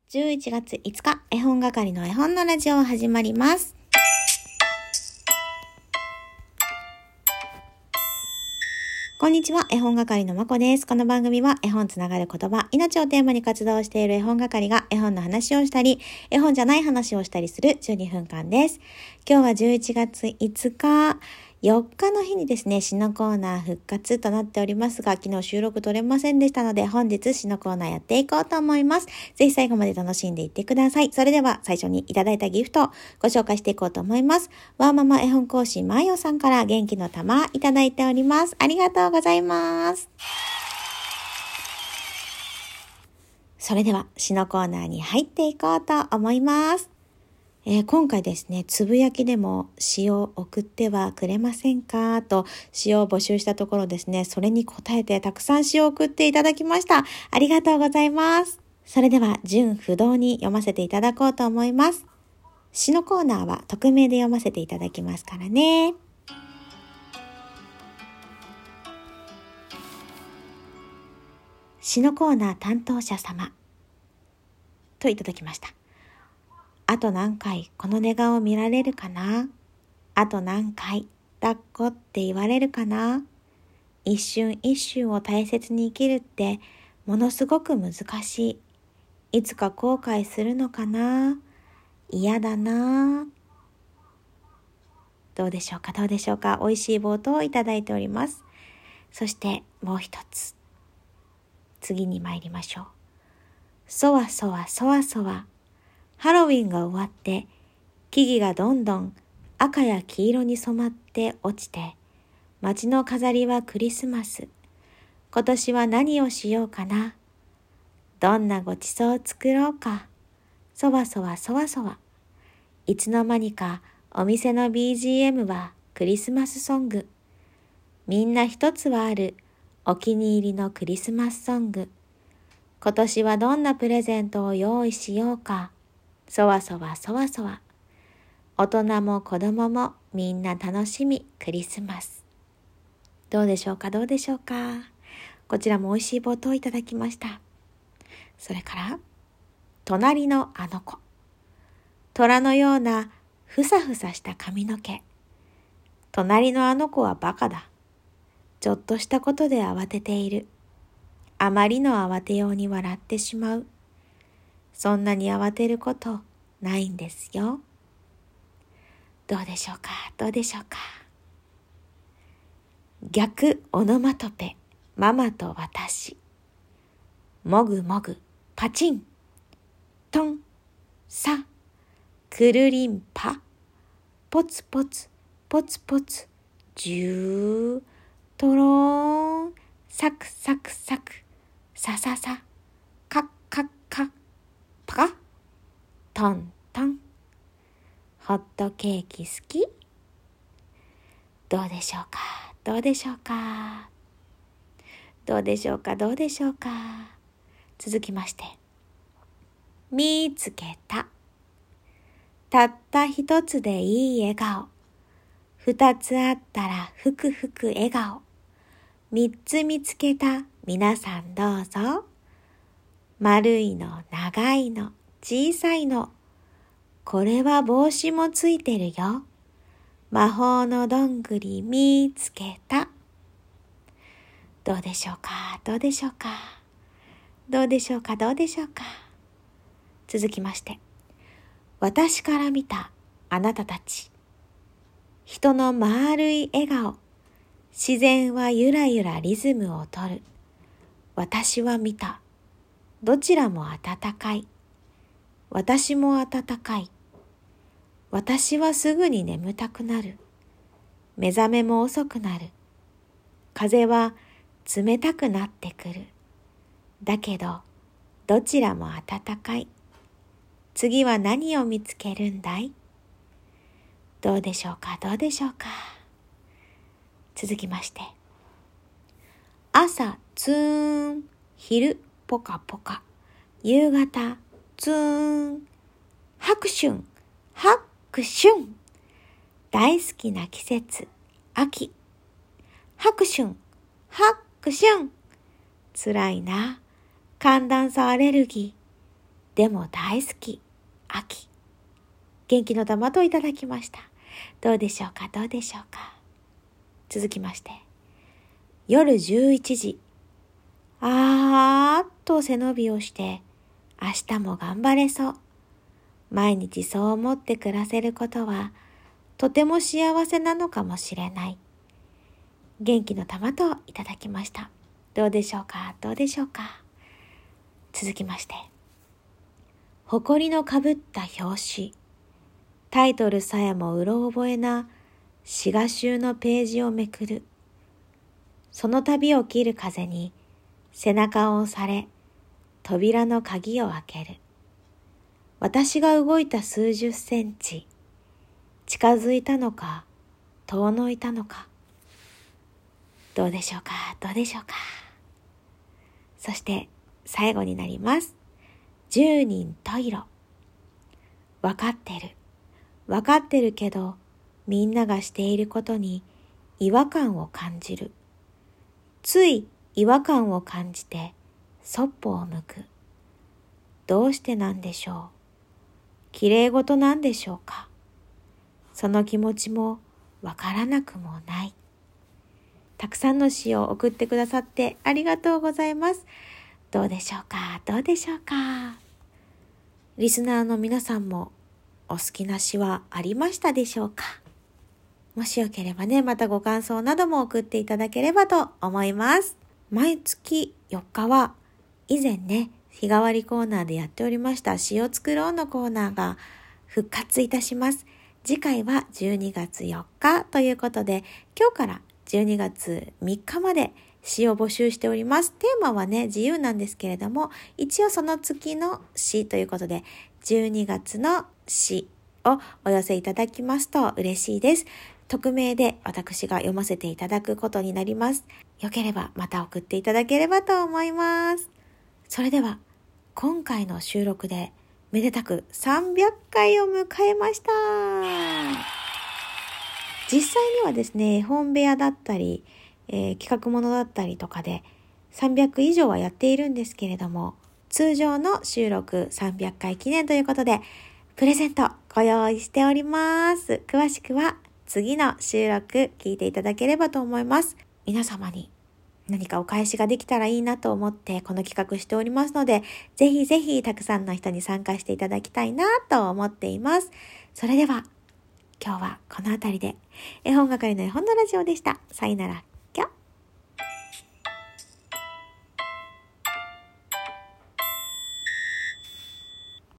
11月5日、絵本係の絵本のラジオ始まります。こんにちは、絵本係のまこです。この番組は絵本つながる言葉、命をテーマに活動している絵本係が絵本の話をしたり、絵本じゃない話をしたりする12分間です。今日は11月5日、4日の日にですね、詩のコーナー復活となっておりますが、昨日収録取れませんでしたので、本日詩のコーナーやっていこうと思います。ぜひ最後まで楽しんでいってください。それでは最初にいただいたギフトをご紹介していこうと思います。ワーママ絵本講師まよさんから元気の玉いただいております。ありがとうございます。それでは詩のコーナーに入っていこうと思います。今回ですね、つぶやきでも詩を送ってはくれませんかと詩を募集したところですね、それに答えてたくさん詩を送っていただきました。ありがとうございます。それでは順不動に読ませていただこうと思います。詩のコーナーは匿名で読ませていただきますからね。詩のコーナー担当者様といただきました。あと何回この寝顔を見られるかな？あと何回抱っこって言われるかな？一瞬一瞬を大切に生きるってものすごく難しい。いつか後悔するのかな？嫌だな。どうでしょうか？美味しい冒頭をいただいております。そしてもう一つ。次に参りましょう。そわそわそわそわ。ハロウィンが終わって、木々がどんどん赤や黄色に染まって落ちて、街の飾りはクリスマス。今年は何をしようかな。どんなごちそうを作ろうか。そわそわそわそわ。いつの間にかお店の BGM はクリスマスソング。みんな一つはあるお気に入りのクリスマスソング。今年はどんなプレゼントを用意しようか。そわそわそわそわ。大人も子供もみんな楽しみクリスマス。どうでしょうか？こちらも美味しい冒頭いただきました。それから、隣のあの子。虎のようなふさふさした髪の毛。隣のあの子はバカだ。ちょっとしたことで慌てている。あまりの慌てように笑ってしまう。そんなに慌てることないんですよ。どうでしょうか？逆オノマトペ、ママと私。もぐもぐ、パチン。トン、サ、くるりんぱ。ポツポツ、ポツポツ、ジュー、トローン、サクサクサク、サササ、カッカッカ、パカッ、トントン。ホットケーキ好き？どうでしょうか？続きまして。見つけた。たった一つでいい笑顔。二つあったらふくふく笑顔。三つ見つけた皆さんどうぞ。丸いの、長いの、小さいの。これは帽子もついてるよ。魔法のどんぐり見つけた。どうでしょうか？続きまして。私から見たあなたたち。人の丸い笑顔。自然はゆらゆらリズムをとる。私は見た。どちらも暖かい。私も暖かい。私はすぐに眠たくなる。目覚めも遅くなる。風は冷たくなってくる。だけど、どちらも暖かい。次は何を見つけるんだい？どうでしょうか？続きまして。朝、ツーン。昼、ポカポカ。夕方、ツーン。拍手。大好きな季節、秋。拍手。辛いな。寒暖差アレルギー。 でも大好き、秋。元気の玉といただきました。どうでしょうか、どうでしょうか。続きまして、夜11時。あーっと背伸びをして、明日も頑張れそう。毎日そう思って暮らせることは、とても幸せなのかもしれない。元気の玉といただきました。どうでしょうか、どうでしょうか。続きまして、誇りのかぶった表紙。タイトルさえもうろ覚えな詩画集のページをめくる。その旅を切る風に背中を押され、扉の鍵を開ける。私が動いた数十センチ、近づいたのか、遠のいたのか。どうでしょうか、どうでしょうか。そして最後になります。十人十色。わかってる。わかってるけど、みんながしていることに違和感を感じる。つい違和感を感じて、そっぽを向く。どうしてなんでしょう。綺麗事なんでしょうか。その気持ちもわからなくもない。たくさんの詩を送ってくださってありがとうございます。どうでしょうか、どうでしょうか。リスナーの皆さんもお好きな詩はありましたでしょうか。もしよければね、またご感想なども送っていただければと思います。毎月4日は以前ね、日替わりコーナーでやっておりました詩を作ろうのコーナーが復活いたします。次回は12月4日ということで、今日から12月3日まで詩を募集しております。テーマはね、自由なんですけれども、一応その月の詩ということで、12月の詩をお寄せいただきますと嬉しいです。匿名で私が読ませていただくことになります。よければまた送っていただければと思います。それでは、今回の収録でめでたく300回を迎えました。実際にはですね、本部屋だったり、企画ものだったりとかで300以上はやっているんですけれども、通常の収録300回記念ということで、プレゼントご用意しております。詳しくは次の収録聞いていただければと思います。皆様に何かお返しができたらいいなと思ってこの企画しておりますので、ぜひぜひたくさんの人に参加していただきたいなと思っています。それでは今日はこの辺りで、絵本係の絵本のラジオでした。さよなら。